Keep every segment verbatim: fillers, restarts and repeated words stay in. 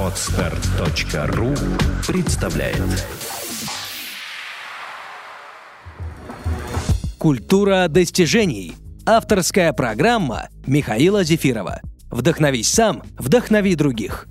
Подстер точка ру представляет. Культура достижений. Авторская программа Михаила Зефирова. Вдохновись сам, вдохнови других.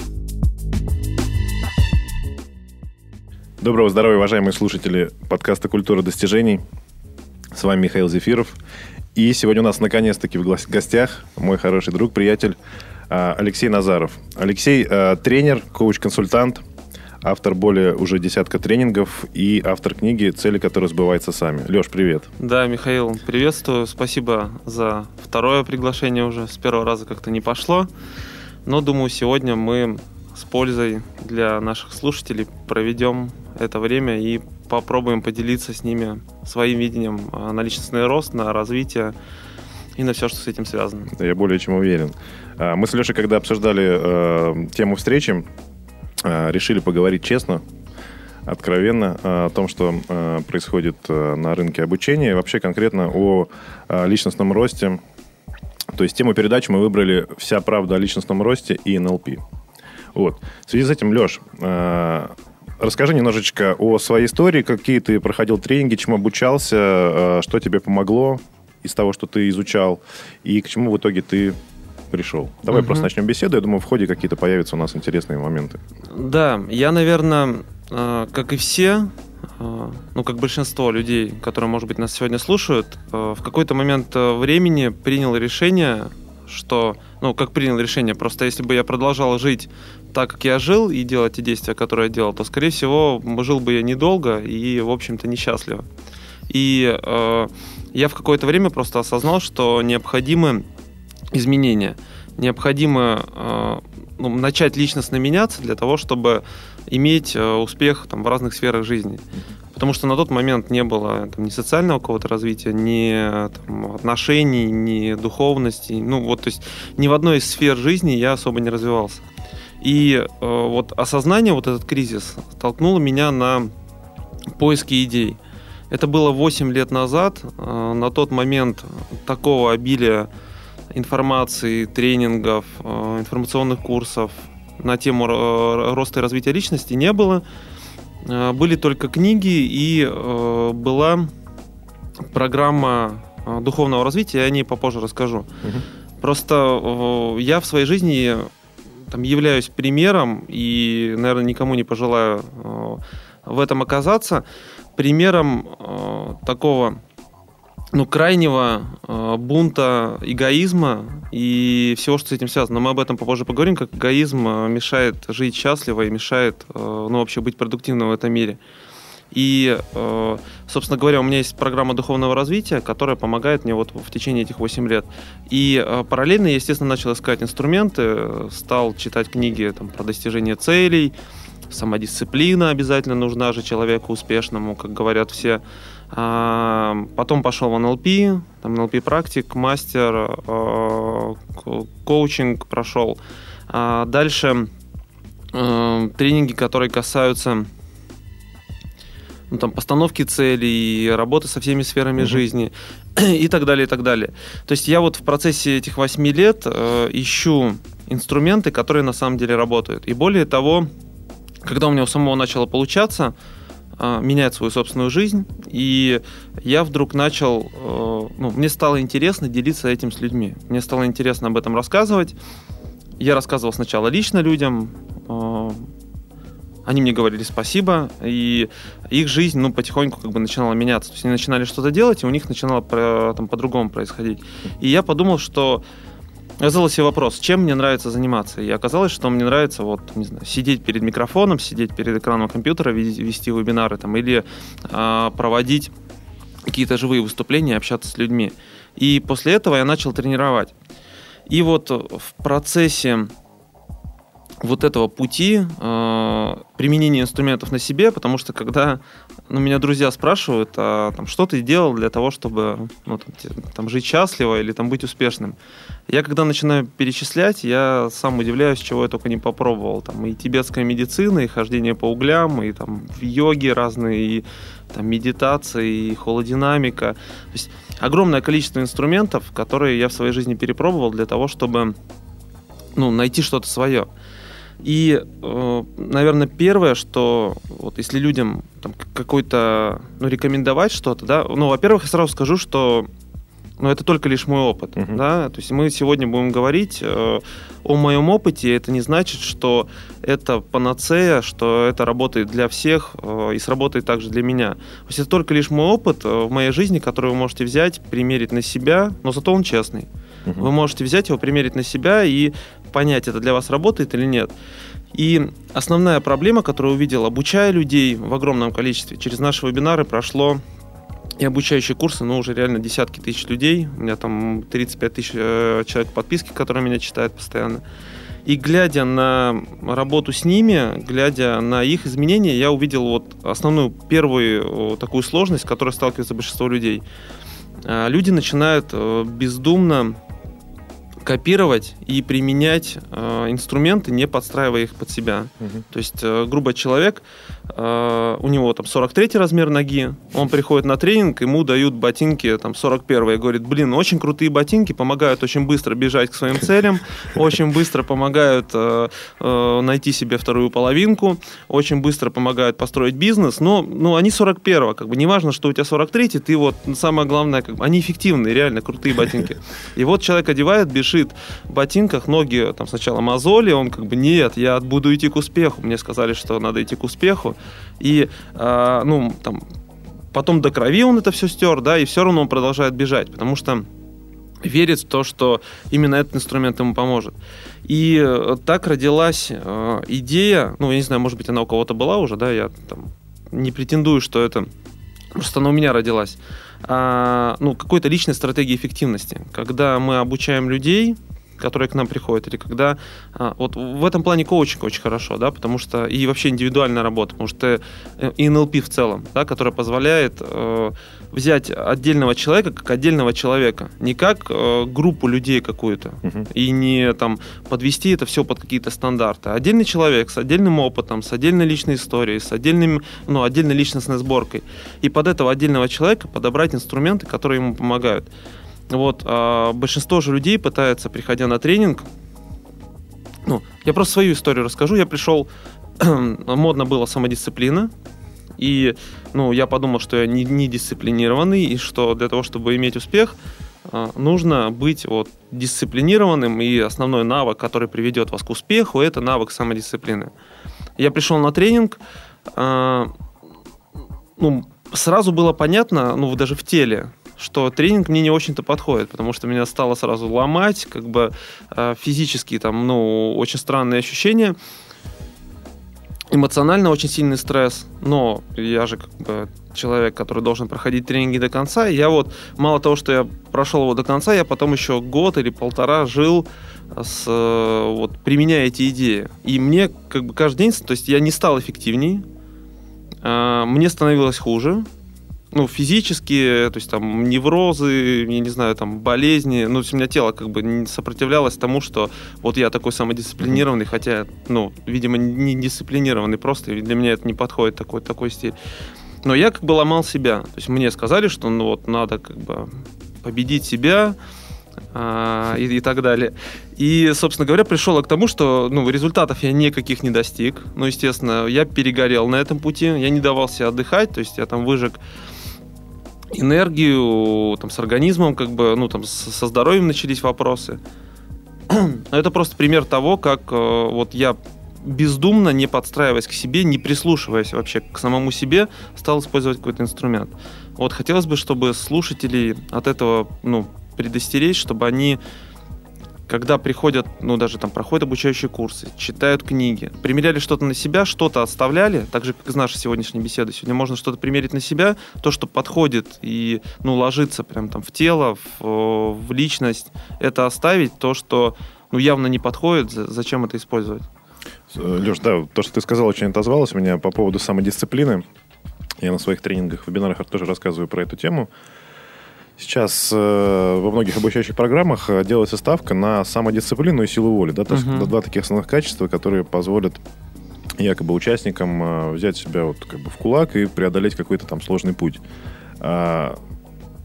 Доброго здоровья, уважаемые слушатели подкаста «Культура достижений». С вами Михаил Зефиров. И сегодня у нас наконец-таки в гостях мой хороший друг, приятель Алексей Назаров. Алексей – тренер, коуч-консультант, автор более уже десятка тренингов и автор книги «Цели, которые сбываются сами». Леш, привет. Да, Михаил, приветствую. Спасибо за второе приглашение уже. С первого раза как-то не пошло. Но, думаю, сегодня мы с пользой для наших слушателей проведем это время и попробуем поделиться с ними своим видением на личностный рост, на развитие и на все, что с этим связано. Я более чем уверен. Мы с Лешей, когда обсуждали тему встречи, решили поговорить честно, откровенно о том, что происходит на рынке обучения, и вообще конкретно о личностном росте. То есть тему передачи мы выбрали «Вся правда о личностном росте» и эн эл пи. Вот. В связи с этим, Леш, расскажи немножечко о своей истории, какие ты проходил тренинги, чему обучался, что тебе помогло из того, что ты изучал, и к чему в итоге ты пришел. Давай угу. просто начнем беседу. Я думаю, в ходе какие-то появятся у нас интересные моменты. Да, я, наверное, как и все, ну, как большинство людей, которые, может быть, нас сегодня слушают, в какой-то момент времени принял решение, что... Ну, как принял решение, просто если бы я продолжал жить так, как я жил, и делать те действия, которые я делал, то, скорее всего, жил бы я недолго и, в общем-то, несчастливо. И э, я в какое-то время просто осознал, что необходимы изменения. Необходимо э, ну, начать личностно меняться для того, чтобы иметь э, успех там, в разных сферах жизни. Потому что на тот момент не было там, ни социального какого-то развития, ни там, отношений, ни духовности. Ну, вот, то есть ни в одной из сфер жизни я особо не развивался. И э, вот осознание, вот этот кризис, толкнуло меня на поиски идей. Это было восемь лет назад. Э, на тот момент такого обилия информации, тренингов, э, информационных курсов на тему э, роста и развития личности не было. Были только книги и э, была программа э, духовного развития, я о ней попозже расскажу. Угу. Просто э, я в своей жизни там, являюсь примером и, наверное, никому не пожелаю э, в этом оказаться, примером э, такого ну, крайнего э, бунта эгоизма и всего, что с этим связано. Но мы об этом попозже поговорим, как эгоизм э, мешает жить счастливо и мешает э, ну, вообще быть продуктивным в этом мире. И, э, собственно говоря, у меня есть программа духовного развития, которая помогает мне вот в течение этих восьми лет. И э, параллельно я, естественно, начал искать инструменты, стал читать книги там, про достижение целей, самодисциплина обязательно нужна же человеку успешному, как говорят все. А, потом пошел в эн эл пи, там эн эл пи-практик, мастер, э, коучинг прошел. А дальше э, тренинги, которые касаются ну, там, постановки целей, работы со всеми сферами mm-hmm. жизни и так далее, и так далее. То есть я вот в процессе этих восьми лет э, ищу инструменты, которые на самом деле работают. И более того, когда у меня у самого начало получаться, менять свою собственную жизнь, и я вдруг начал, ну, мне стало интересно делиться этим с людьми. Мне стало интересно об этом рассказывать. Я рассказывал сначала лично людям, они мне говорили спасибо, и их жизнь, ну, потихоньку как бы начинала меняться. То есть они начинали что-то делать, и у них начинало там по-другому происходить. И я подумал, что я задал себе вопрос, чем мне нравится заниматься. И оказалось, что мне нравится вот, не знаю, сидеть перед микрофоном, сидеть перед экраном компьютера, вести вебинары там, или э, проводить какие-то живые выступления, общаться с людьми. И после этого я начал тренировать. И вот в процессе вот этого пути э, применения инструментов на себе, потому что когда ну, меня друзья спрашивают, а, там, что ты делал для того, чтобы ну, там, там, жить счастливо или там, быть успешным, я когда начинаю перечислять, я сам удивляюсь, чего я только не попробовал. Там, и тибетская медицина, и хождение по углям, и там, в йоге разные, и там, медитации, и холодинамика. То есть огромное количество инструментов, которые я в своей жизни перепробовал для того, чтобы ну, найти что-то свое. И, наверное, первое, что вот если людям там, какой-то, ну, рекомендовать что-то, да, ну, во-первых, я сразу скажу, что ну, это только лишь мой опыт, uh-huh. да, то есть мы сегодня будем говорить э, о моем опыте, это не значит, что это панацея, что это работает для всех э, и сработает также для меня. То есть это только лишь мой опыт в моей жизни, который вы можете взять, примерить на себя, но зато он честный. Uh-huh. Вы можете взять его, примерить на себя и понять, это для вас работает или нет. И основная проблема, которую увидел, обучая людей в огромном количестве, через наши вебинары прошло и обучающие курсы, ну, уже реально десятки тысяч людей. У меня там тридцать пять тысяч человек подписки, которые меня читают постоянно. И глядя на работу с ними, глядя на их изменения, я увидел вот основную, первую такую сложность, с которой сталкивается большинство людей. Люди начинают бездумно копировать и применять э, инструменты, не подстраивая их под себя. Uh-huh. То есть, э, грубо, человек, э, у него там сорок третий размер ноги, он приходит на тренинг, ему дают ботинки там сорок первый, и говорит, блин, очень крутые ботинки, помогают очень быстро бежать к своим целям, очень быстро помогают э, э, найти себе вторую половинку, очень быстро помогают построить бизнес, но ну, они сорок первого, как бы, неважно, что у тебя сорок третий, ты вот, самое главное, как бы, они эффективные, реально крутые ботинки. И вот человек одевает, бежит в ботинках, ноги там сначала мозоли, он как бы, нет, я буду идти к успеху. Мне сказали, что надо идти к успеху. И, э, ну, там, потом до крови он это все стер, да, и все равно он продолжает бежать, потому что верит в то, что именно этот инструмент ему поможет. И так родилась э, идея, ну, я не знаю, может быть, она у кого-то была уже, да, я там не претендую, что это, просто она у меня родилась. А, ну, какой-то личной стратегии эффективности. Когда мы обучаем людей, которые к нам приходят, или когда... А, вот в этом плане коучинг очень хорошо, да, потому что... И вообще индивидуальная работа, потому что и эн эл пи в целом, да, которая позволяет э, взять отдельного человека как отдельного человека, не как э, группу людей какую-то, uh-huh. и не там подвести это все под какие-то стандарты. Отдельный человек с отдельным опытом, с отдельной личной историей, с отдельным, ну, отдельной личностной сборкой. И под этого отдельного человека подобрать инструменты, которые ему помогают. Вот, а большинство же людей пытается, приходя на тренинг, ну, я просто свою историю расскажу. Я пришел, модно была самодисциплина, и, ну, я подумал, что я не, не дисциплинированный, и что для того, чтобы иметь успех, нужно быть вот дисциплинированным, и основной навык, который приведет вас к успеху, это навык самодисциплины. Я пришел на тренинг, ну, сразу было понятно, ну, даже в теле, что тренинг мне не очень-то подходит, потому что меня стало сразу ломать, как бы физически там, ну, очень странные ощущения, эмоционально очень сильный стресс, но я же как бы человек, который должен проходить тренинги до конца, и я вот, мало того, что я прошел его до конца, я потом еще год или полтора жил, с, вот, применяя эти идеи. И мне как бы каждый день, то есть я не стал эффективнее, мне становилось хуже, ну, физически, то есть там неврозы, я не знаю, там болезни, ну, то есть у меня тело как бы не сопротивлялось тому, что вот я такой самодисциплинированный, хотя, ну, видимо, не дисциплинированный просто, и для меня это не подходит такой, такой стиль. Но я как бы ломал себя, то есть мне сказали, что, ну, вот надо как бы победить себя, а, и, и так далее. И, собственно говоря, пришел к тому, что, ну, результатов я никаких не достиг, ну, естественно, я перегорел на этом пути, я не давал себе отдыхать, то есть я там выжег энергию, там, с организмом, как бы, ну, там, со здоровьем начались вопросы. Это просто пример того, как э, вот я бездумно, не подстраиваясь к себе, не прислушиваясь вообще к самому себе, стал использовать какой-то инструмент. Вот хотелось бы, чтобы слушателей от этого, ну, предостеречь, чтобы они, когда приходят, ну, даже там проходят обучающие курсы, читают книги, примеряли что-то на себя, что-то оставляли, так же, как из нашей сегодняшней беседы. Сегодня можно что-то примерить на себя, то, что подходит и, ну, ложится прям там в тело, в, в личность, это оставить, то, что, ну, явно не подходит, зачем это использовать? Леш, да, то, что ты сказал, очень отозвалось меня по поводу самодисциплины. Я на своих тренингах, вебинарах тоже рассказываю про эту тему. Сейчас э, во многих обучающих программах делается ставка на самодисциплину и силу воли. Да? То есть uh-huh. два таких основных качества, которые позволят якобы участникам э, взять себя вот, как бы в кулак и преодолеть какой-то там сложный путь. А,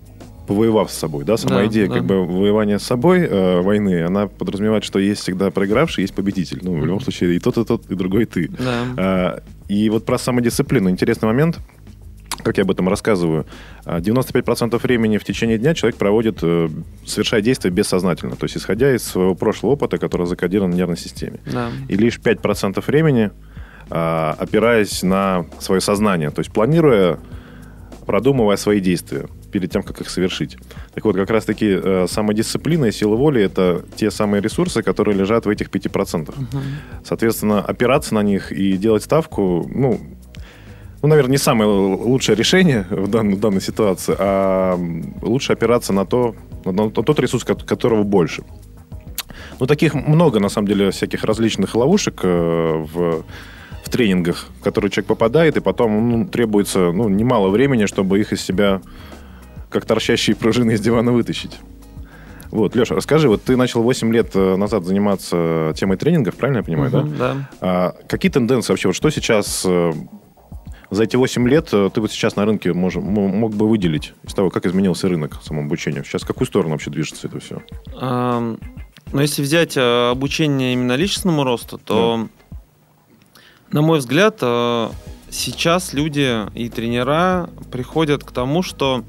повоевав с собой. Да? Сама Да, идея да. как бы воевания с собой, э, войны, она подразумевает, что есть всегда проигравший, есть победитель. Ну, в любом случае, и тот, и тот, и другой ты. Да. А, и вот про самодисциплину. Интересный момент, как я об этом рассказываю. девяносто пять процентов времени в течение дня человек проводит, э, совершая действия бессознательно. То есть, исходя из своего прошлого опыта, который закодирован в нервной системе. Да. И лишь пять процентов времени, э, опираясь на свое сознание. То есть, планируя, продумывая свои действия перед тем, как их совершить. Так вот, как раз-таки э, самодисциплина и сила воли – это те самые ресурсы, которые лежат в этих пяти процентах. Угу. Соответственно, опираться на них и делать ставку, ну, ну, наверное, не самое лучшее решение в данной, в данной ситуации, а лучше опираться на, то, на тот ресурс, которого больше. Ну, таких много, на самом деле, всяких различных ловушек э, в, в тренингах, в которые человек попадает, и потом ну, требуется ну, немало времени, чтобы их из себя, как торчащие пружины из дивана, вытащить. Вот, Леша, расскажи, вот ты начал восемь лет назад заниматься темой тренингов, правильно я понимаю, Угу, да? Да. А какие тенденции вообще? Вот что сейчас... За эти восемь лет ты вот сейчас на рынке мож, мог бы выделить из того, как изменился рынок самообучения? Сейчас в какую сторону вообще движется это все? А, ну, если взять обучение именно личностному росту, то, да. на мой взгляд, сейчас люди и тренера приходят к тому, что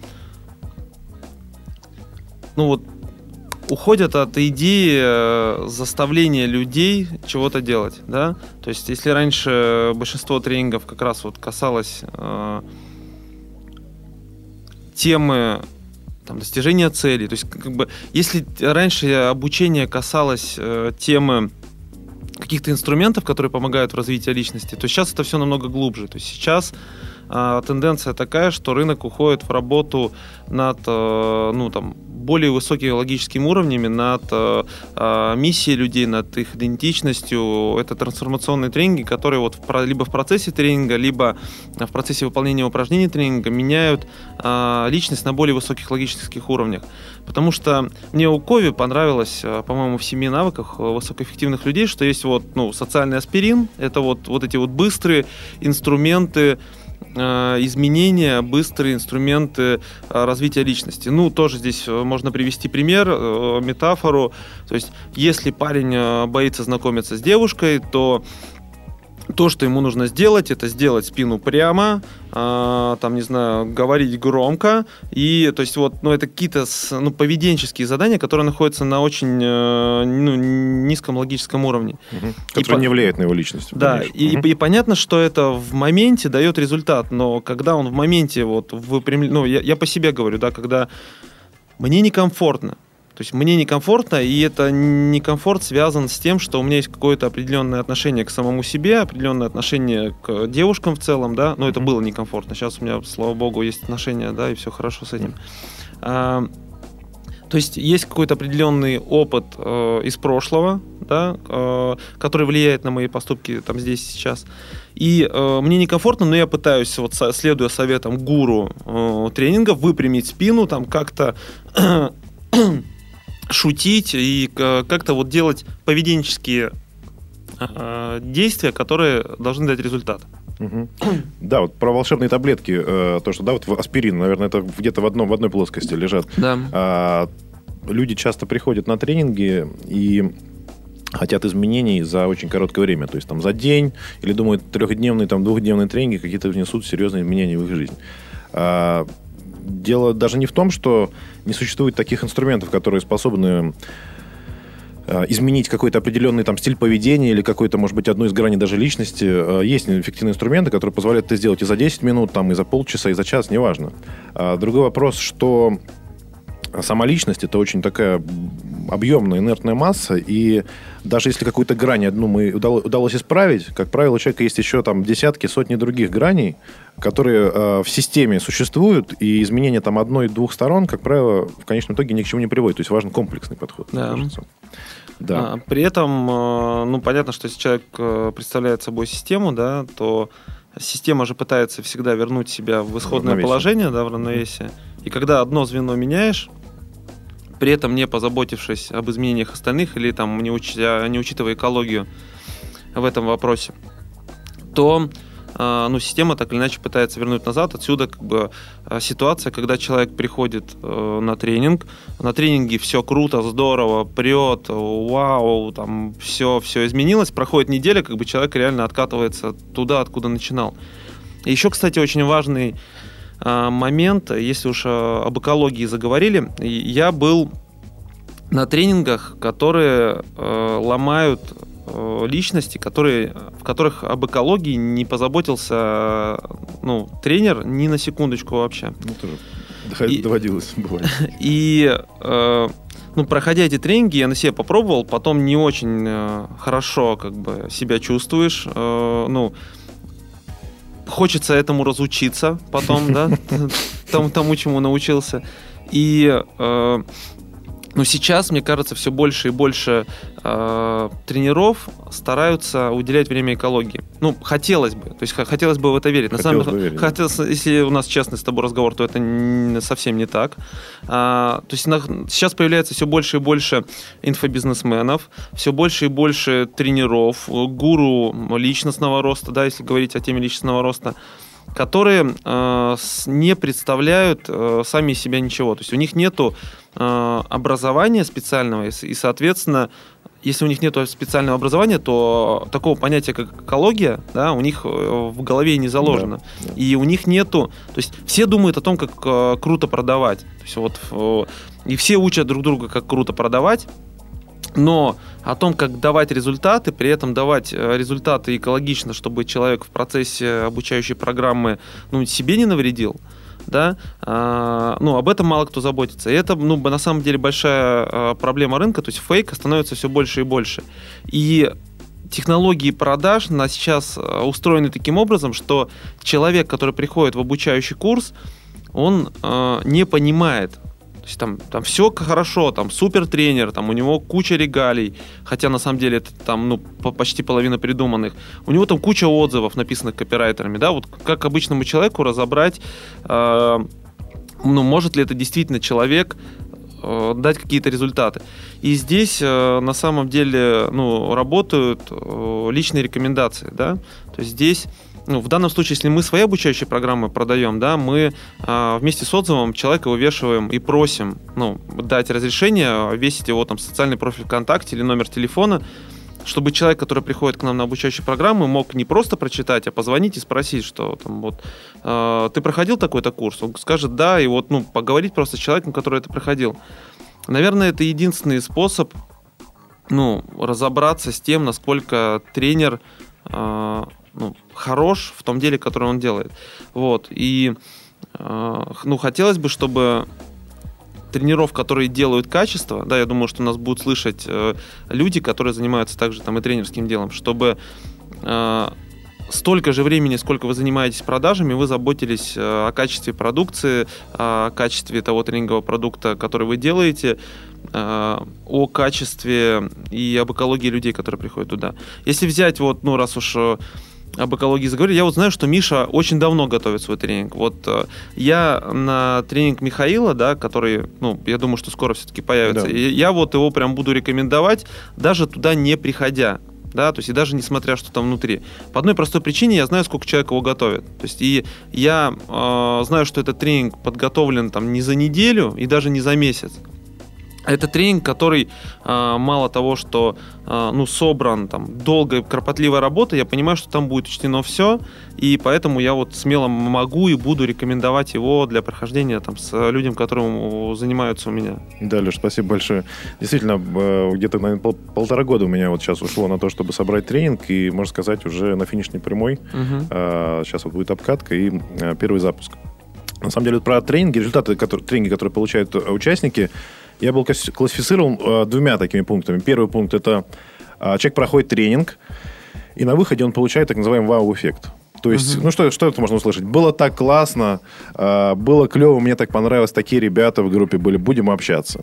ну вот уходят от идеи заставления людей чего-то делать, да. То есть, если раньше большинство тренингов как раз вот касалось э, темы там, достижения целей, то есть, как бы, если раньше обучение касалось э, темы каких-то инструментов, которые помогают в развитии личности, то сейчас это все намного глубже. То есть сейчас э, тенденция такая, что рынок уходит в работу над э, ну, там, более высокими логическими уровнями, над э, э, миссией людей, над их идентичностью. Это трансформационные тренинги, которые вот в, либо в процессе тренинга, либо в процессе выполнения упражнений тренинга меняют э, личность на более высоких логических уровнях. Потому что мне у Кови понравилось, э, по-моему, в семи навыках высокоэффективных людей, что есть вот, ну, социальный аспирин, это вот, вот эти вот быстрые инструменты изменения, быстрые инструменты развития личности. Ну, тоже здесь можно привести пример, метафору. То есть, если парень боится знакомиться с девушкой, то то, что ему нужно сделать, это сделать спину прямо, э, там, не знаю, говорить громко. И, то есть, вот, ну, это какие-то ну, поведенческие задания, которые находятся на очень э, ну, низком логическом уровне. Угу. Которые и не по... влияют на его личность. Да, и, угу. и, и понятно, что это в моменте дает результат, но когда он в моменте, вот, выпрямля... ну, я, я по себе говорю, да, когда мне некомфортно, то есть мне некомфортно, и это некомфорт связан с тем, что у меня есть какое-то определенное отношение к самому себе, определенное отношение к девушкам в целом, да, но это было некомфортно. Сейчас у меня, слава богу, есть отношения, да, и все хорошо с этим. А, то есть есть какой-то определенный опыт э, из прошлого, да, э, который влияет на мои поступки там здесь сейчас. И э, мне некомфортно, но я пытаюсь, вот, следуя советам гуру э, тренинга, выпрямить спину, там как-то шутить и как-то вот делать поведенческие э, действия, которые должны дать результат. Угу. Да, вот про волшебные таблетки, э, то, что, да, вот аспирин, наверное, это где-то в, одном, в одной плоскости лежат. Да. А, люди часто приходят на тренинги и хотят изменений за очень короткое время, то есть там за день, или думают, трехдневные, там, двухдневные тренинги какие-то внесут серьезные изменения в их жизнь. А, дело даже не в том, что не существует таких инструментов, которые способны э, изменить какой-то определенный там, стиль поведения или какой-то, может быть, одну из граней даже личности. Э, есть эффективные инструменты, которые позволяют это сделать и за десять минут, там, и за полчаса, и за час, неважно. А другой вопрос, что сама личность – это очень такая объемная, инертная масса, и даже если какую-то грань одну мы удалось, удалось исправить, как правило, у человека есть еще там десятки, сотни других граней, которые э, в системе существуют, и изменение там одной-двух сторон, как правило, в конечном итоге ни к чему не приводит. То есть важен комплексный подход. Да. Да. А, при этом, э, ну, понятно, что если человек э, представляет собой систему, да, то система же пытается всегда вернуть себя в исходное в положение, да, в равновесие. И когда одно звено меняешь, при этом не позаботившись об изменениях остальных или там, не, учи, не учитывая экологию в этом вопросе, то ну, система так или иначе пытается вернуть назад. Отсюда как бы ситуация, когда человек приходит на тренинг, на тренинге все круто, здорово, прет, вау, там все, все изменилось, проходит неделя, как бы человек реально откатывается туда, откуда начинал. И еще, кстати, очень важный момент, если уж об экологии заговорили, я был на тренингах, которые ломают личности, которые, в которых об экологии не позаботился, ну, тренер ни на секундочку вообще. Ну, тоже и, доводилось бывать. И, э, ну, проходя эти тренинги, я на себе попробовал, потом не очень э, хорошо как бы себя чувствуешь, э, ну, хочется этому разучиться потом, да, тому, чему научился. И э, но сейчас, мне кажется, все больше и больше э, тренеров стараются уделять время экологии. Ну, хотелось бы. То есть хотелось бы в это верить. Хотелось На самом деле, хотелось, если у нас честный с тобой разговор, то это не, совсем не так. А, то есть на, сейчас появляется все больше и больше инфобизнесменов, все больше и больше тренеров, гуру личностного роста, да, если говорить о теме личностного роста, которые э, не представляют э, сами из себя ничего. То есть у них нету э, образования специального, и, и, соответственно, если у них нет специального образования, то такого понятия, как экология, да, у них в голове не заложено. Да, да. И у них нету... То есть все думают о том, как э, круто продавать. То есть вот, э, и все учат друг друга, как круто продавать. Но о том, как давать результаты, при этом давать результаты экологично, чтобы человек в процессе обучающей программы, ну, себе не навредил, да, а, ну, об этом мало кто заботится. И это, ну, на самом деле большая а, проблема рынка, то есть фейка становится все больше и больше. И технологии продаж на сейчас устроены таким образом, что человек, который приходит в обучающий курс, он а, не понимает. То есть там, там все хорошо, там супер тренер, там у него куча регалий, хотя на самом деле это там, ну, почти половина придуманных. У него там куча отзывов, написанных копирайтерами, да, вот как обычному человеку разобрать, э, ну, может ли это действительно человек э, дать какие-то результаты. И здесь э, на самом деле, ну, работают э, личные рекомендации, да, то есть здесь... Ну, в данном случае, если мы свои обучающие программы продаем, да, мы э, вместе с отзывом человека вывешиваем и просим, ну, дать разрешение, весить его там социальный профиль ВКонтакте или номер телефона, чтобы человек, который приходит к нам на обучающие программы, мог не просто прочитать, а позвонить и спросить, что там вот э, ты проходил такой-то курс? Он скажет да, и вот, ну, поговорить просто с человеком, который это проходил. Наверное, это единственный способ, ну, разобраться с тем, насколько тренер э, ну, хорош в том деле, которое он делает. Вот. И э, ну, хотелось бы, чтобы тренеров, которые делают качество, да, я думаю, что нас будут слышать э, люди, которые занимаются также там и тренерским делом, чтобы э, столько же времени, сколько вы занимаетесь продажами, вы заботились э, о качестве продукции, о качестве того тренингового продукта, который вы делаете, э, о качестве и об экологии людей, которые приходят туда. Если взять, вот, ну, раз уж об экологии заговорили, я вот знаю, что Миша очень давно готовит свой тренинг. Вот э, я на тренинг Михаила, да, который, ну, я думаю, что скоро все-таки появится, да. И я вот его прям буду рекомендовать, даже туда не приходя. Да, то есть и даже несмотря, что там внутри. По одной простой причине я знаю, сколько человек его готовит. То есть и я э, знаю, что этот тренинг подготовлен там не за неделю и даже не за месяц. Это тренинг, который э, мало того, что э, ну, собран там долгая, кропотливая работа, я понимаю, что там будет учтено все, и поэтому я вот смело могу и буду рекомендовать его для прохождения там с людям, которые занимаются у меня. Да, Леш, спасибо большое. Действительно, где-то, наверное, пол- полтора года у меня вот сейчас ушло на то, чтобы собрать тренинг, и, можно сказать, уже на финишной прямой. Угу. Э, сейчас вот будет обкатка и э, первый запуск. На самом деле, про тренинги, результаты которые, тренинги, которые получают участники, я был классифицирован э, двумя такими пунктами. Первый пункт – это э, человек проходит тренинг, и на выходе он получает так называемый вау-эффект. То есть, uh-huh. ну что, что это можно услышать? Было так классно, э, было клево, мне так понравилось, такие ребята в группе были, будем общаться.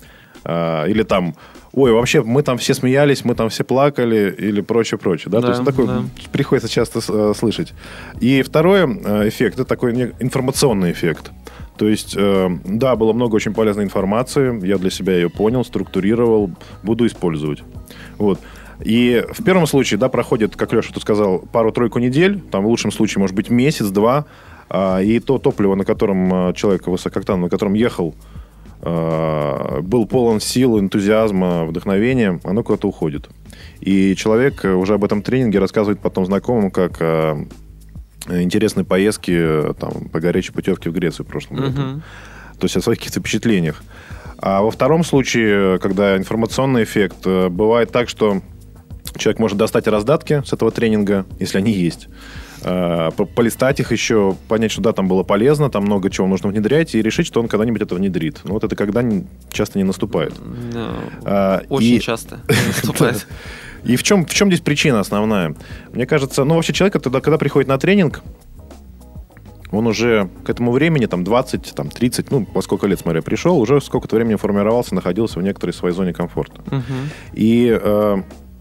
Э, или там, ой, вообще мы там все смеялись, мы там все плакали, или прочее-прочее. Да? Да, то есть, такое да. приходится часто э, слышать. И второй э, эффект – это такой информационный эффект. То есть, э, да, было много очень полезной информации, я для себя ее понял, структурировал, буду использовать. Вот. И в первом случае, да, проходит, как Леша тут сказал, пару-тройку недель, там в лучшем случае, может быть, месяц-два, и то топливо, на котором человек высокооктановый, на котором ехал, был полон сил, энтузиазма, вдохновения, оно куда-то уходит. И человек уже об этом тренинге рассказывает потом знакомым, как о интересной поездке там, по горячей путевке в Грецию в прошлом году. Uh-huh. То есть о своих каких-то впечатлениях. А во втором случае, когда информационный эффект, бывает так, что человек может достать раздатки с этого тренинга, если они есть, полистать их еще, понять, что да, там было полезно, там много чего нужно внедрять, и решить, что он когда-нибудь это внедрит. Но вот это когда часто не наступает. No, а, очень и... часто не наступает. И в чем, в чем здесь причина основная? Мне кажется, ну вообще человек, когда, когда приходит на тренинг, он уже к этому времени, там, двадцать, там, тридцать, ну, во сколько лет, смотря, пришел, уже сколько-то времени формировался, находился в некоторой своей зоне комфорта. Uh-huh. И э,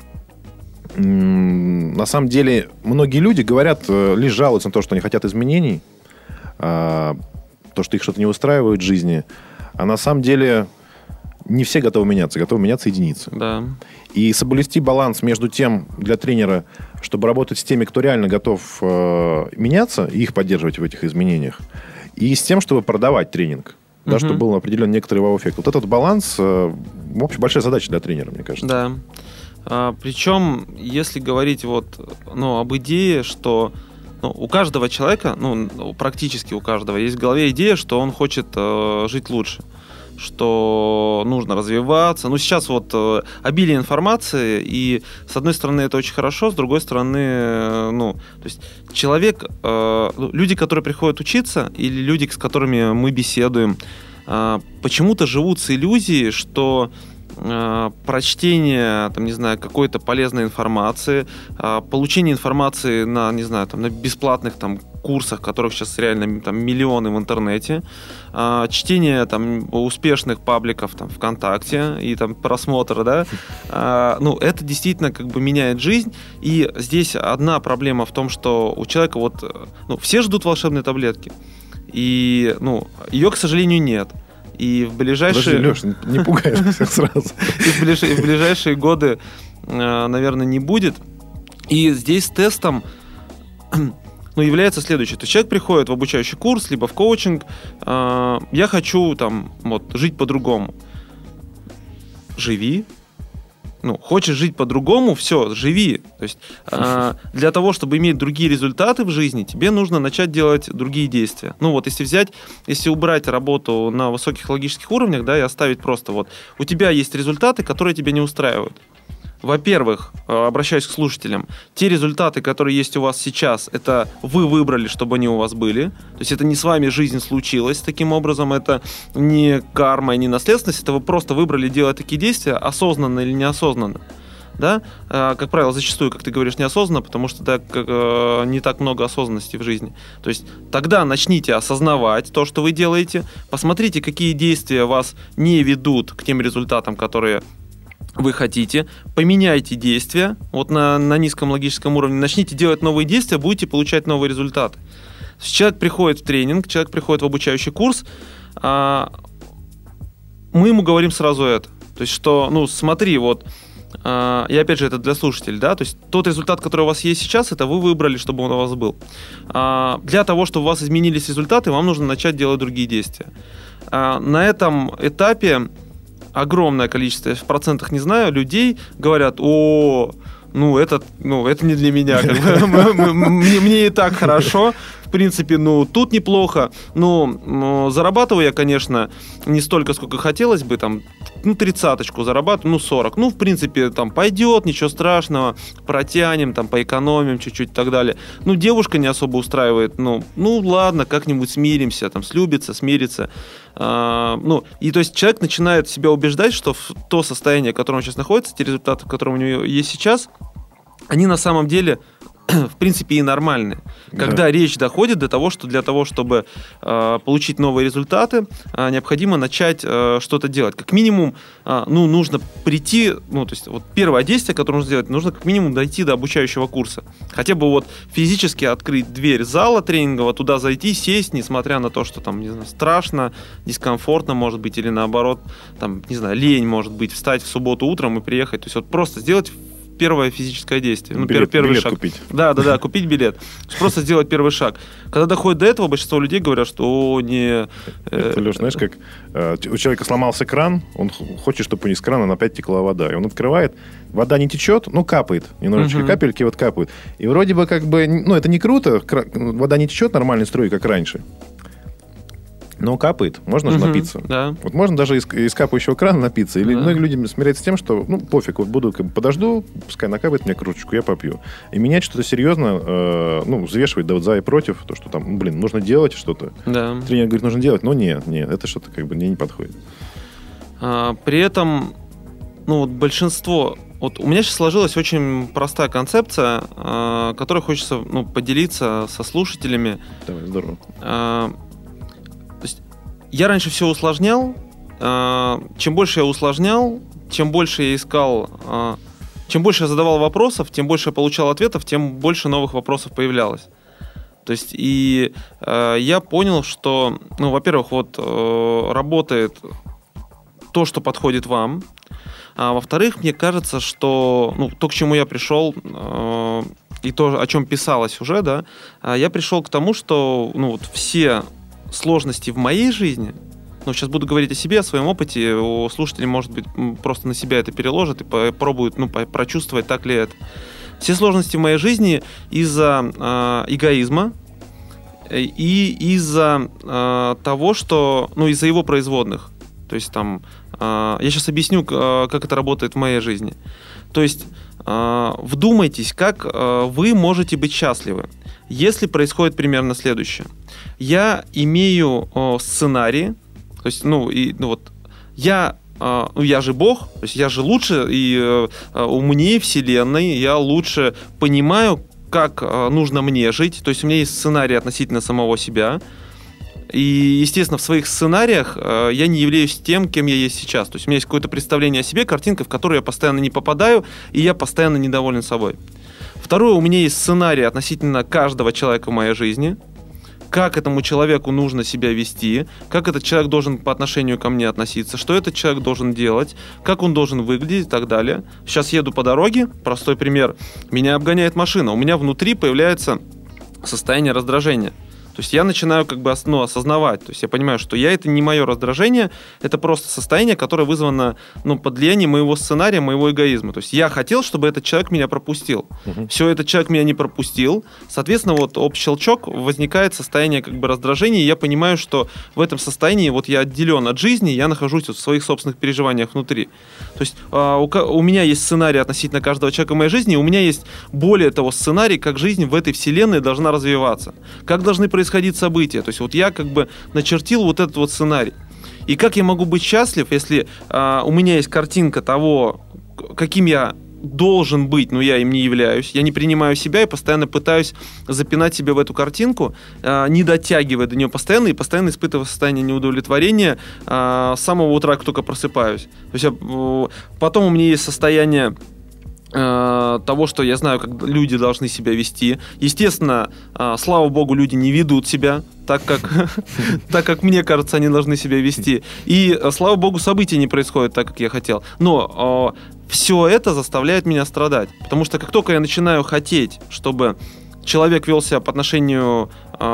м- на самом деле многие люди говорят, э, лишь жалуются на то, что они хотят изменений, э, то, что их что-то не устраивает в жизни, а на самом деле не все готовы меняться, готовы меняться единицы. Да. И соблюсти баланс между тем для тренера, чтобы работать с теми, кто реально готов э, меняться, и их поддерживать в этих изменениях, и с тем, чтобы продавать тренинг, uh-huh. да, чтобы был определен некоторый вау-эффект. Вот этот баланс, э, в общем, большая задача для тренера, мне кажется. Да. А, причем, если говорить вот, ну, об идее, что ну, у каждого человека, ну, практически у каждого, есть в голове идея, что он хочет э, жить лучше, что нужно развиваться. Ну, сейчас вот э, обилие информации, и с одной стороны это очень хорошо, с другой стороны, э, ну, то есть человек, э, люди, которые приходят учиться, или люди, с которыми мы беседуем, э, почему-то живут с иллюзией, что э, прочтение, там, не знаю, какой-то полезной информации, э, получение информации на, не знаю, там, на бесплатных там курсах, которых сейчас реально там миллионы в интернете, э, чтение там успешных пабликов там ВКонтакте и там просмотр, да, э, ну, это действительно как бы меняет жизнь. И здесь одна проблема в том, что у человека вот, ну, все ждут волшебной таблетки, и, ну, ее, к сожалению, нет. И в ближайшие... Подожди, Леш, не пугай всех сразу. И в ближайшие годы, наверное, не будет. И здесь тестом ну, является следующее. То есть человек приходит в обучающий курс, либо в коучинг. Я хочу там, вот, жить по-другому. Живи. Ну, хочешь жить по-другому, все, живи. То есть э, для того, чтобы иметь другие результаты в жизни, тебе нужно начать делать другие действия. Ну вот, если взять, если убрать работу на высоких логических уровнях, да, и оставить просто вот, у тебя есть результаты, которые тебя не устраивают. Во-первых, обращаюсь к слушателям, те результаты, которые есть у вас сейчас, это вы выбрали, чтобы они у вас были. То есть это не с вами жизнь случилась таким образом, это не карма, не наследственность, это вы просто выбрали делать такие действия, осознанно или неосознанно. Да? Как правило, зачастую, как ты говоришь, неосознанно, потому что так, не так много осознанности в жизни. То есть тогда начните осознавать то, что вы делаете, посмотрите, какие действия вас не ведут к тем результатам, которые вы хотите, поменяйте действия вот на, на низком логическом уровне, начните делать новые действия, будете получать новые результаты. Человек приходит в тренинг, человек приходит в обучающий курс, а, мы ему говорим сразу это. То есть, что, ну, смотри, вот, а, и опять же, это для слушателей, да, то есть тот результат, который у вас есть сейчас, это вы выбрали, чтобы он у вас был. А, для того, чтобы у вас изменились результаты, вам нужно начать делать другие действия. А, на этом этапе огромное количество, я в процентах не знаю, людей говорят: о, ну это, ну, это не для меня, как бы, мне, мне и так хорошо, в принципе, ну, тут неплохо, ну, зарабатываю я, конечно, не столько, сколько хотелось бы, там, ну, тридцаточку зарабатываю, ну, сорок, ну, в принципе, там, пойдет, ничего страшного, протянем, там, поэкономим чуть-чуть и так далее. Ну, девушка не особо устраивает, ну, ну, ладно, как-нибудь смиримся, там, слюбится, смирится. А, ну, и то есть человек начинает себя убеждать, что в то состояние, в котором он сейчас находится, те результаты, которые у него есть сейчас, они на самом деле, в принципе, и нормальные. Когда да. речь доходит до того, что для того, чтобы э, получить новые результаты, э, необходимо начать э, что-то делать. Как минимум, э, ну, нужно прийти, ну, то есть, вот первое действие, которое нужно сделать, нужно как минимум дойти до обучающего курса. Хотя бы вот физически открыть дверь зала тренингового, туда зайти, сесть, несмотря на то, что там, не знаю, страшно, дискомфортно, может быть, или наоборот, там, не знаю, лень, может быть, встать в субботу утром и приехать. То есть, вот просто сделать первое физическое действие. Ну, билет, первый билет шаг. купить. Да, да, да, купить билет. Просто сделать первый шаг. Когда доходит до этого, большинство людей говорят, что о, не... Это, Леш, знаешь, как э, у человека сломался кран, он хочет, чтобы из крана опять текла вода. И он открывает, вода не течет, ну, капает. Немножечко uh-huh. капельки вот капают. И вроде бы как бы, ну, это не круто, вода не течет нормальной струей, как раньше. Но капает, можно же uh-huh, напиться. Да. Вот можно даже из, из капающего крана напиться. Или да. многие люди смиряются с тем, что, ну, пофиг, вот буду, как бы, подожду, пускай накапает мне кружечку, я попью. И менять что-то серьезно, э, ну, взвешивать, да, вот за и против, то, что там, блин, нужно делать что-то. Да. Тренер говорит, нужно делать, но нет, нет, это что-то как бы мне не подходит. А, при этом, ну, вот большинство... Вот у меня сейчас сложилась очень простая концепция, э, которой хочется, ну, поделиться со слушателями. Давай, здорово. Э, то есть я раньше все усложнял. Э, чем больше я усложнял, чем больше я искал, э, чем больше я задавал вопросов, тем больше я получал ответов, тем больше новых вопросов появлялось. То есть и э, я понял, что, ну, во-первых, вот э, работает то, что подходит вам. А во-вторых, мне кажется, что, ну, то, к чему я пришел, э, и то, о чем писалось уже, да, я пришел к тому, что, ну, вот все сложности в моей жизни, ну, сейчас буду говорить о себе, о своем опыте, у слушателей, может быть, просто на себя это переложат и попробуют, ну, прочувствовать, так ли это. Все сложности в моей жизни из-за э, эгоизма и из-за э, того, что, ну, из-за его производных. То есть там, э, я сейчас объясню, э, как это работает в моей жизни. То есть э, вдумайтесь, как э, вы можете быть счастливы, если происходит примерно следующее. Я имею э, сценарий, то есть, ну, и, ну вот, я, э, ну, я же Бог, то есть я же лучше и э, умнее Вселенной, я лучше понимаю, как э, нужно мне жить, то есть у меня есть сценарий относительно самого себя. И, естественно, в своих сценариях э, я не являюсь тем, кем я есть сейчас. То есть у меня есть какое-то представление о себе, картинка, в которую я постоянно не попадаю, и я постоянно недоволен собой. Второе, у меня есть сценарий относительно каждого человека в моей жизни, как этому человеку нужно себя вести, как этот человек должен по отношению ко мне относиться, что этот человек должен делать, как он должен выглядеть и так далее. Сейчас еду по дороге, простой пример, меня обгоняет машина, у меня внутри появляется состояние раздражения. То есть я начинаю как бы ну, осознавать, то есть я понимаю, что я это не мое раздражение, это просто состояние, которое вызвано ну, под влиянием моего сценария, моего эгоизма. То есть я хотел, чтобы этот человек меня пропустил. Uh-huh. Все, этот человек меня не пропустил. Соответственно, вот об щелчок возникает состояние как бы раздражения, и я понимаю, что в этом состоянии вот я отделен от жизни, я нахожусь вот в своих собственных переживаниях внутри. То есть а, у, у меня есть сценарий относительно каждого человека в моей жизни, и у меня есть более того сценарий, как жизнь в этой вселенной должна развиваться, как должны происходить происходить события. То есть вот я как бы начертил вот этот вот сценарий. И как я могу быть счастлив, если а, у меня есть картинка того, каким я должен быть, но я им не являюсь. Я не принимаю себя и постоянно пытаюсь запинать себя в эту картинку, а, не дотягивая до нее постоянно и постоянно испытывая состояние неудовлетворения а, с самого утра, как только просыпаюсь. То есть я, потом у меня есть состояние того, что я знаю, как люди должны себя вести. Естественно, слава богу, люди не ведут себя так, как, так, как мне кажется, они должны себя вести. И, слава богу, события не происходят так, как я хотел. Но все это заставляет меня страдать. Потому что как только я начинаю хотеть, чтобы человек вел себя по отношению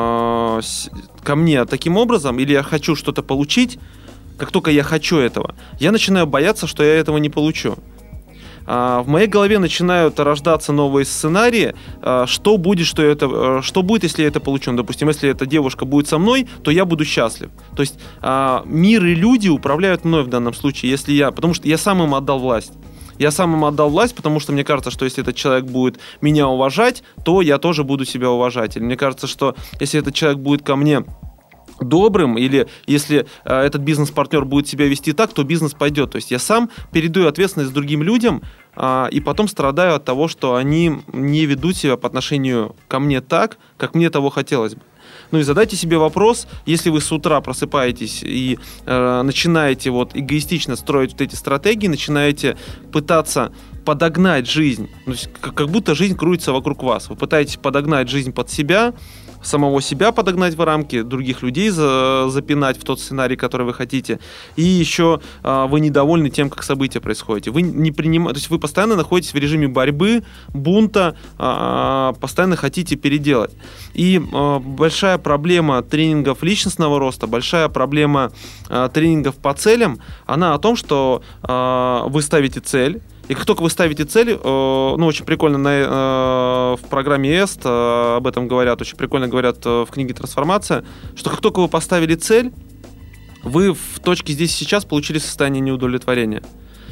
ко мне таким образом, или я хочу что-то получить, как только я хочу этого, я начинаю бояться, что я этого не получу. В моей голове начинают рождаться новые сценарии, что будет, что, это, что будет, если я это получу. Допустим, если эта девушка будет со мной, то я буду счастлив. То есть мир и люди управляют мной в данном случае, если я, потому что я сам им отдал власть. Я сам им отдал власть, потому что мне кажется, что если этот человек будет меня уважать, то я тоже буду себя уважать. Или мне кажется, что если этот человек будет ко мне добрым, или если э, этот бизнес-партнер будет себя вести так, то бизнес пойдет. То есть я сам передаю ответственность другим людям, э, и потом страдаю от того, что они не ведут себя по отношению ко мне так, как мне того хотелось бы. Ну и задайте себе вопрос, если вы с утра просыпаетесь и э, начинаете вот эгоистично строить вот эти стратегии, начинаете пытаться подогнать жизнь. То есть, как, как будто жизнь крутится вокруг вас. Вы пытаетесь подогнать жизнь под себя, самого себя подогнать в рамки, других людей за, запинать в тот сценарий, который вы хотите. И еще а, вы недовольны тем, как события происходят. Вы не принимаете, то есть вы постоянно находитесь в режиме борьбы, бунта, а, постоянно хотите переделать. И а, большая проблема тренингов личностного роста, большая проблема а, тренингов по целям, она о том, что а, вы ставите цель. И как только вы ставите цель, ну, очень прикольно на, в программе ЭСТ об этом говорят, очень прикольно говорят в книге «Трансформация», что как только вы поставили цель, вы в точке здесь и сейчас получили состояние неудовлетворения.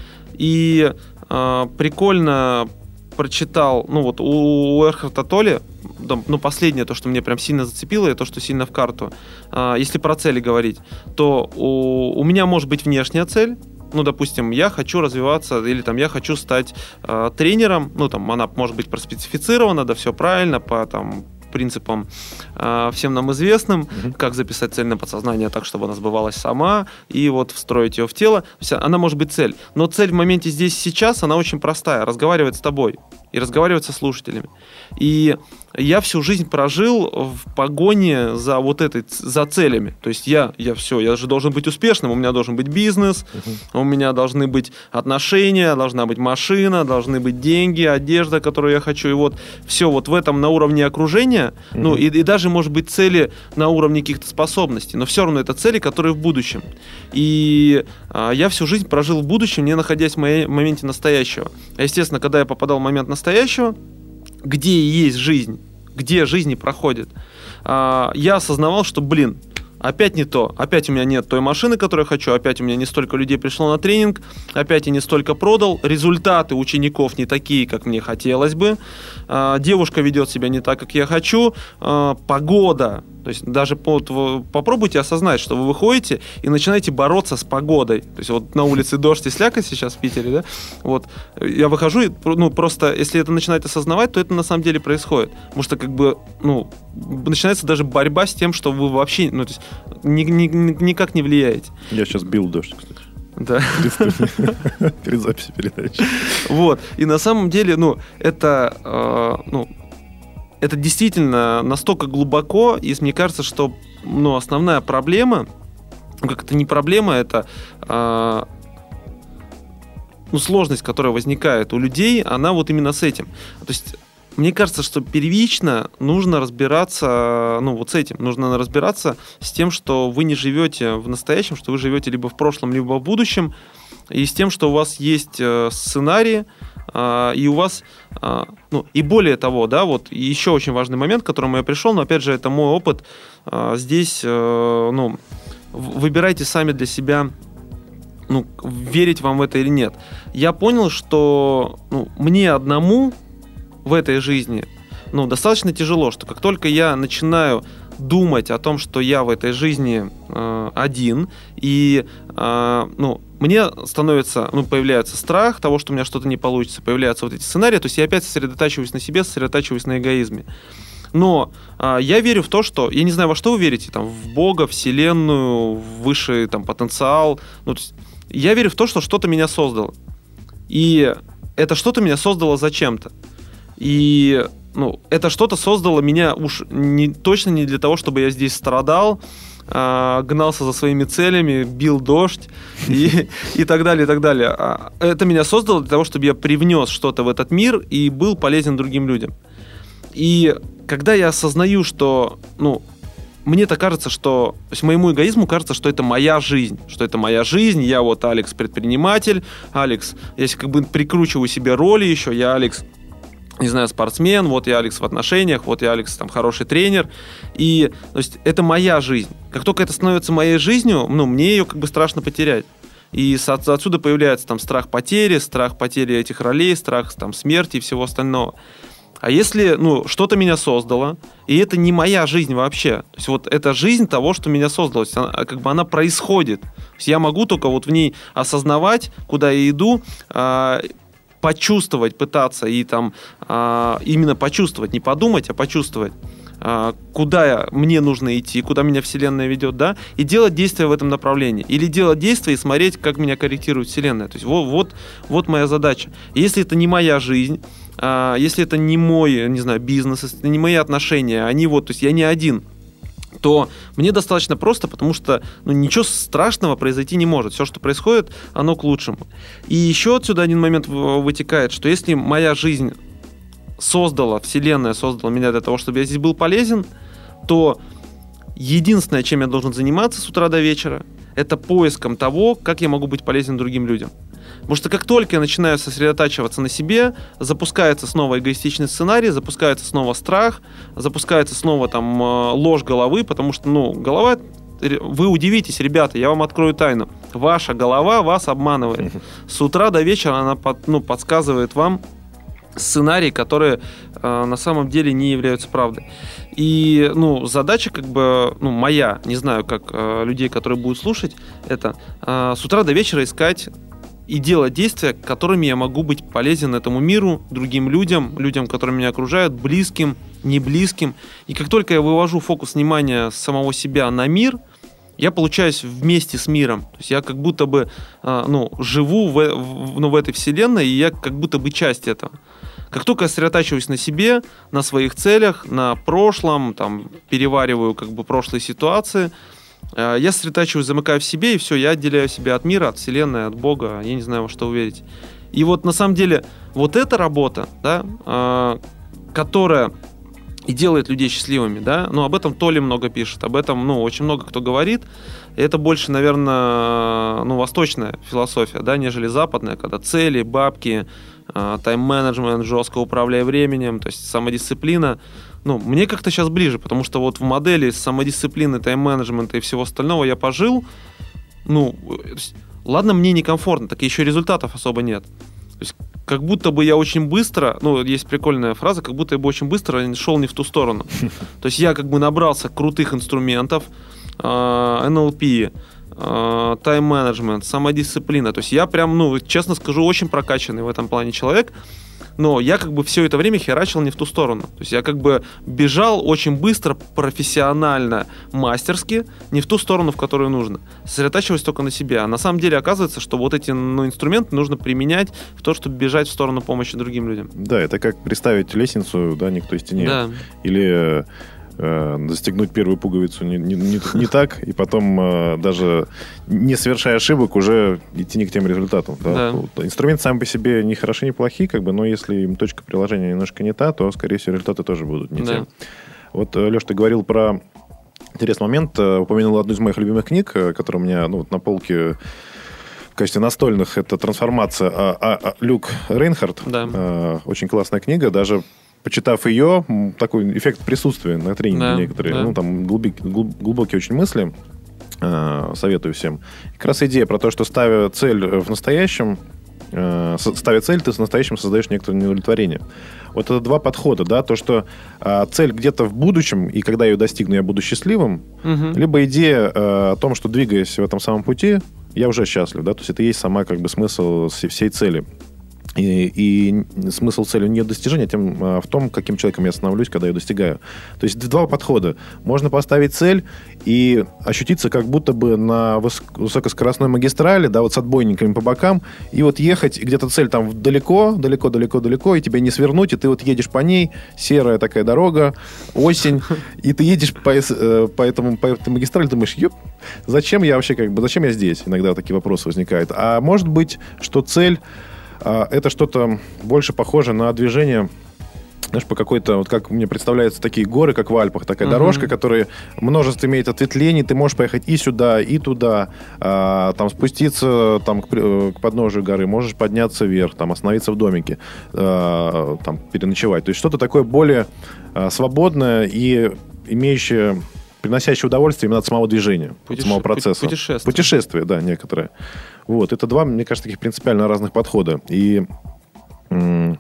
И э, прикольно прочитал, ну вот у Экхарта Толле, ну, последнее, то, что мне прям сильно зацепило, и то, что сильно в карту. Э, если про цели говорить, то у, у меня может быть внешняя цель. Ну, допустим, я хочу развиваться, или там я хочу стать э, тренером. Ну, там она может быть проспецифицирована, да, все правильно, по там принципам э, всем нам известным, mm-hmm. как записать цель на подсознание так, чтобы она сбывалась сама, и вот встроить ее в тело. То есть она может быть цель. Но цель в моменте здесь и сейчас, она очень простая. Разговаривать с тобой и разговаривать со слушателями. И я всю жизнь прожил в погоне за вот этой, за целями. То есть я, я все, я же должен быть успешным, у меня должен быть бизнес, uh-huh. у меня должны быть отношения, должна быть машина, должны быть деньги, одежда, которую я хочу. И вот все вот в этом на уровне окружения, uh-huh. ну и, и даже, может быть, цели на уровне каких-то способностей, но все равно это цели, которые в будущем. И а, я всю жизнь прожил в будущем, не находясь в, моей, в моменте настоящего. А, естественно, когда я попадал в момент настоящего, где и есть жизнь, где жизнь и проходит, я осознавал, что, блин, опять не то, опять у меня нет той машины, которую я хочу, опять у меня не столько людей пришло на тренинг, опять я не столько продал, результаты учеников не такие, как мне хотелось бы, девушка ведет себя не так, как я хочу, погода. То есть даже попробуйте осознать, что вы выходите и начинаете бороться с погодой. То есть вот на улице дождь и слякоть сейчас в Питере, да? Вот я выхожу, и, ну просто если это начинать осознавать, то это на самом деле происходит. Потому что как бы, ну, начинается даже борьба с тем, что вы вообще, ну, то есть ни, ни, никак не влияете. Я сейчас бил дождь, кстати. Да. Перед записью передачи. Вот. И на самом деле, ну, это, э, ну, это действительно настолько глубоко, и мне кажется, что, ну, основная проблема, ну, как это не проблема, это э, ну, сложность, которая возникает у людей, она вот именно с этим. То есть мне кажется, что первично нужно разбираться, ну, вот с этим. Нужно разбираться с тем, что вы не живете в настоящем, что вы живете либо в прошлом, либо в будущем, и с тем, что у вас есть сценарии, и у вас, ну, и более того, да, вот еще очень важный момент, к которому я пришел, но опять же, это мой опыт. Здесь, ну, выбирайте сами для себя, ну, верить вам в это или нет. Я понял, что, ну, мне одному в этой жизни, ну, достаточно тяжело, что как только я начинаю думать о том, что я в этой жизни э, один, и э, ну, мне становится, ну, появляется страх того, что у меня что-то не получится, появляются вот эти сценарии, то есть я опять сосредотачиваюсь на себе, сосредотачиваюсь на эгоизме. Но э, я верю в то, что, я не знаю, во что вы верите, там, в Бога, Вселенную, в высший там, потенциал, ну, то есть я верю в то, что что-то меня создало. И это что-то меня создало зачем-то. И, ну, это что-то создало меня уж не, точно не для того, чтобы я здесь страдал, э, гнался за своими целями, бил дождь и, и так далее, и так далее. Это меня создало для того, чтобы я привнес что-то в этот мир и был полезен другим людям. И когда я осознаю, что, ну, мне-то кажется, что... То есть моему эгоизму кажется, что это моя жизнь. Что это моя жизнь. Я вот Алекс предприниматель. Алекс, я как бы прикручиваю себе роли еще. Я Алекс, не знаю, спортсмен. Вот я Алекс в отношениях. Вот я Алекс там хороший тренер. И, то есть, это моя жизнь. Как только это становится моей жизнью, ну, мне ее как бы страшно потерять. И отсюда появляется там страх потери, страх потери этих ролей, страх там смерти и всего остального. А если, ну, что-то меня создало, и это не моя жизнь вообще, то есть вот это жизнь того, что меня создало, то есть она, как бы она происходит. То есть я могу только вот в ней осознавать, куда я иду, э, почувствовать, пытаться и там э, именно почувствовать, не подумать, а почувствовать, куда мне нужно идти, куда меня Вселенная ведет, да, и делать действия в этом направлении. Или делать действия и смотреть, как меня корректирует Вселенная. То есть вот, вот, вот моя задача. Если это не моя жизнь, если это не мой, не знаю, бизнес, если это не мои отношения, они вот, то есть я не один, то мне достаточно просто, потому что ну, ничего страшного произойти не может. Все, что происходит, оно к лучшему. И еще отсюда один момент вытекает, что если моя жизнь создала, Вселенная создала меня для того, чтобы я здесь был полезен, то единственное, чем я должен заниматься с утра до вечера, это поиском того, как я могу быть полезен другим людям. Потому что как только я начинаю сосредотачиваться на себе, запускается снова эгоистичный сценарий, запускается снова страх, запускается снова там ложь головы, потому что, ну, голова... Вы удивитесь, ребята, я вам открою тайну. Ваша голова вас обманывает. С утра до вечера она под, ну, подсказывает вам сценарии, которые э, на самом деле не являются правдой. И, ну, задача как бы, ну, моя, не знаю, как э, людей, которые будут слушать, это э, с утра до вечера искать и делать действия, которыми я могу быть полезен этому миру, другим людям, людям, которые меня окружают, близким, не близким. И как только я вывожу фокус внимания с самого себя на мир, я получаюсь вместе с миром. То есть я как будто бы э, ну, живу в, в, ну, в этой вселенной, и я как будто бы часть этого. Как только я сосредотачиваюсь на себе, на своих целях, на прошлом, там, перевариваю как бы прошлые ситуации, э, я сосредотачиваюсь, замыкаю в себе, и все, я отделяю себя от мира, от вселенной, от Бога, я не знаю, во что вы верите. И вот на самом деле вот эта работа, да, э, которая и делает людей счастливыми, да, ну, об этом Толи много пишет, об этом, ну, очень много кто говорит, и это больше, наверное, ну, восточная философия, да, нежели западная, когда цели, бабки, тайм-менеджмент, жестко управляя временем, то есть самодисциплина. Ну, мне как-то сейчас ближе, потому что вот в модели самодисциплины, тайм-менеджмента и всего остального я пожил. Ну, ладно, мне некомфортно, так еще результатов особо нет. То есть как будто бы я очень быстро, ну, есть прикольная фраза, как будто я бы очень быстро шел не в ту сторону. То есть я как бы набрался крутых инструментов, эн эл пи, тайм-менеджмент, самодисциплина. То есть я прям, ну, честно скажу, очень прокачанный в этом плане человек, но я как бы все это время херачил не в ту сторону. То есть я как бы бежал очень быстро, профессионально, мастерски, не в ту сторону, в которую нужно. Сосредотачиваясь только на себе. А на самом деле оказывается, что вот эти, ну, инструменты нужно применять в то, чтобы бежать в сторону помощи другим людям. Да, это как представить лестницу, да, не к той стене. Да. Или застегнуть первую пуговицу не, не, не, не так, и потом э, даже не совершая ошибок уже идти не к тем результатам. Да? Да. Инструменты сами по себе не хороши, не плохи, как бы, но если им точка приложения немножко не та, то, скорее всего, результаты тоже будут не да. те. Вот, Леш, ты говорил про интересный момент, упомянул одну из моих любимых книг, которая у меня ну, вот на полке в качестве настольных, это «Трансформация» а, а, а, Люк Рейнхард. Да. Э, очень классная книга, даже почитав ее, такой эффект присутствия на тренинге да, некоторые. Да. Ну, там глубокие, глубокие очень мысли. Э, советую всем. Как раз идея про то, что ставя цель в настоящем, э, ставя цель, ты с настоящим создаешь некоторое неудовлетворение. Вот это два подхода, да, то, что э, цель где-то в будущем, и когда я ее достигну, я буду счастливым, угу. либо идея э, о том, что, двигаясь в этом самом пути, я уже счастлив, да, то есть это и есть сама как бы смысл всей цели. И, и смысл цели не достижения, тем а, в том, каким человеком я становлюсь, когда я достигаю. То есть два подхода. Можно поставить цель и ощутиться как будто бы на выс- высокоскоростной магистрали, да, вот с отбойниками по бокам, и вот ехать, где-то цель там далеко, далеко, далеко, далеко, и тебя не свернуть, и ты вот едешь по ней, серая такая дорога, осень, и ты едешь по, по, этому, по этой магистрали, думаешь, ёп, зачем я вообще, как бы, зачем я здесь? Иногда такие вопросы возникают. А может быть, что цель это что-то больше похоже на движение, знаешь, по какой-то, вот как мне представляются такие горы, как в Альпах, такая uh-huh. дорожка, которая множество имеет ответвлений, ты можешь поехать и сюда, и туда, а, там спуститься там, к, к подножию горы, можешь подняться вверх, там остановиться в домике, а, там переночевать. То есть что-то такое более а, свободное и имеющее, приносящее удовольствие именно от самого движения, Путеше... от самого процесса. Путешествие. Путешествие, да, некоторое. Вот, это два, мне кажется, таких принципиально разных подхода. И м-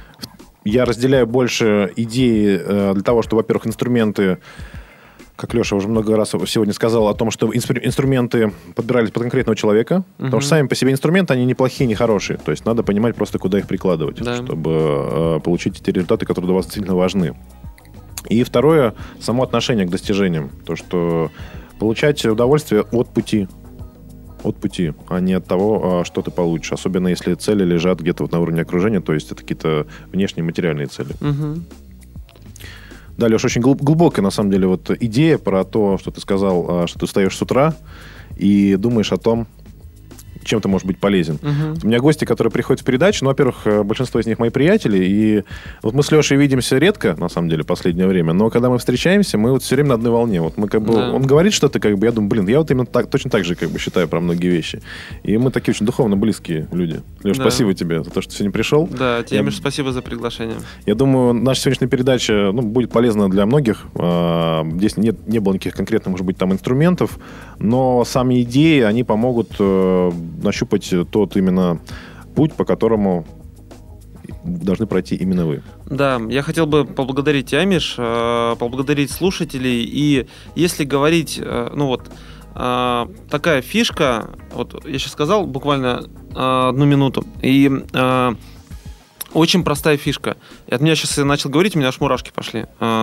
я разделяю больше идеи э, для того, что, во-первых, инструменты, как Леша уже много раз сегодня сказал, о том, что инстру- инструменты подбирались под конкретного человека, uh-huh. потому что сами по себе инструменты, они не плохие, не хорошие. То есть надо понимать просто, куда их прикладывать, да. чтобы э, получить те результаты, которые для вас действительно важны. И второе, само отношение к достижениям. То, что получать удовольствие от пути. От пути, а не от того, что ты получишь. Особенно если цели лежат где-то вот на уровне окружения, то есть это какие-то внешние материальные цели. Угу. Да, Леш, очень глубокая, на самом деле, вот идея про то, что ты сказал, что ты встаешь с утра и думаешь о том, чем ты можешь быть полезен. Uh-huh. У меня гости, которые приходят в передачу, ну, во-первых, большинство из них мои приятели, и вот мы с Лешей видимся редко, на самом деле, в последнее время, но когда мы встречаемся, мы вот все время на одной волне. Вот мы как бы, yeah. Он говорит что-то, как бы, я думаю, блин, я вот именно так, точно так же как бы считаю про многие вещи. И мы такие очень духовно близкие люди. Леш, yeah. спасибо тебе за то, что ты сегодня пришел. Да, тебе, я... Миш, спасибо за приглашение. Я думаю, наша сегодняшняя передача, ну, будет полезна для многих. Здесь нет, не было никаких конкретных, может быть, там инструментов, но сами идеи, они помогут нащупать тот именно путь, по которому должны пройти именно вы. Да, я хотел бы поблагодарить тебя, Миш, поблагодарить слушателей. И если говорить, ну вот, такая фишка, вот я сейчас сказал буквально одну минуту, и очень простая фишка. И от меня сейчас я начал говорить, у меня аж мурашки пошли.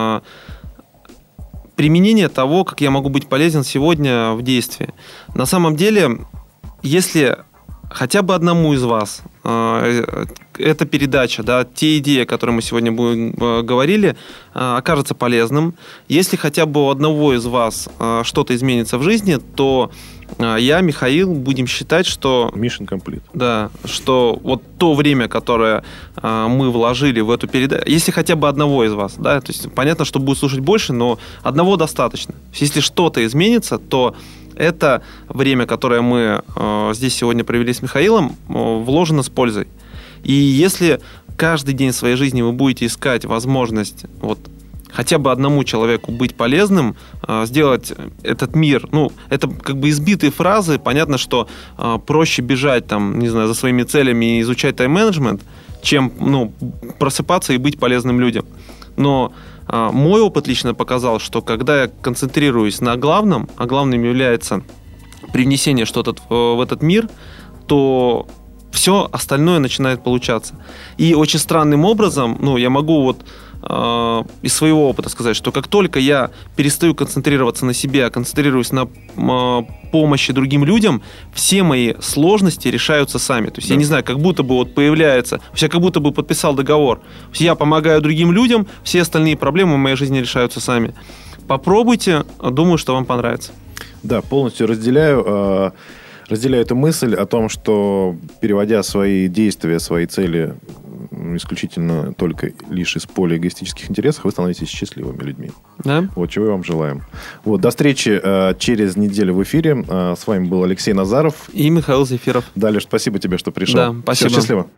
Применение того, как я могу быть полезен сегодня в действии. На самом деле, если хотя бы одному из вас э, эта передача, да, те идеи, о которых мы сегодня будем, э, говорили, э, окажется полезным, если хотя бы у одного из вас э, что-то изменится в жизни, то э, я, Михаил, будем считать, что... Mission complete. Да, что вот то время, которое э, мы вложили в эту передачу, если хотя бы одного из вас, да, то есть понятно, что будет слушать больше, но одного достаточно. Если что-то изменится, то это время, которое мы э, здесь сегодня провели с Михаилом, э, вложено с пользой. И если каждый день своей жизни вы будете искать возможность вот, хотя бы одному человеку быть полезным, э, сделать этот мир, ну, это как бы избитые фразы, понятно, что э, проще бежать там, не знаю, за своими целями и изучать тайм-менеджмент, чем, ну, просыпаться и быть полезным людям. Но мой опыт лично показал, что когда я концентрируюсь на главном, а главным является привнесение что-то в этот мир, то все остальное начинает получаться. И очень странным образом, ну, я могу вот э, из своего опыта сказать, что как только я перестаю концентрироваться на себе, а концентрируюсь на э, помощи другим людям, все мои сложности решаются сами. То есть, да. Я не знаю, как будто бы вот появляется, я как будто бы подписал договор. Я помогаю другим людям, все остальные проблемы в моей жизни решаются сами. Попробуйте, думаю, что вам понравится. Да, полностью разделяю. Э, разделяю эту мысль о том, что переводя свои действия, свои цели исключительно только лишь из поля эгоистических интересов, вы становитесь счастливыми людьми. Да? Вот чего я вам желаем. Вот, до встречи э, через неделю в эфире. Э, с вами был Алексей Назаров. И Михаил Зефиров. Да, Леш, спасибо тебе, что пришел. Да, спасибо. Все, счастливо.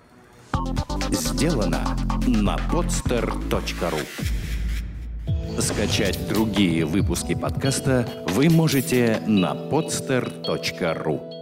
Сделано на podster точка ру. Скачать другие выпуски подкаста вы можете на podster точка ру.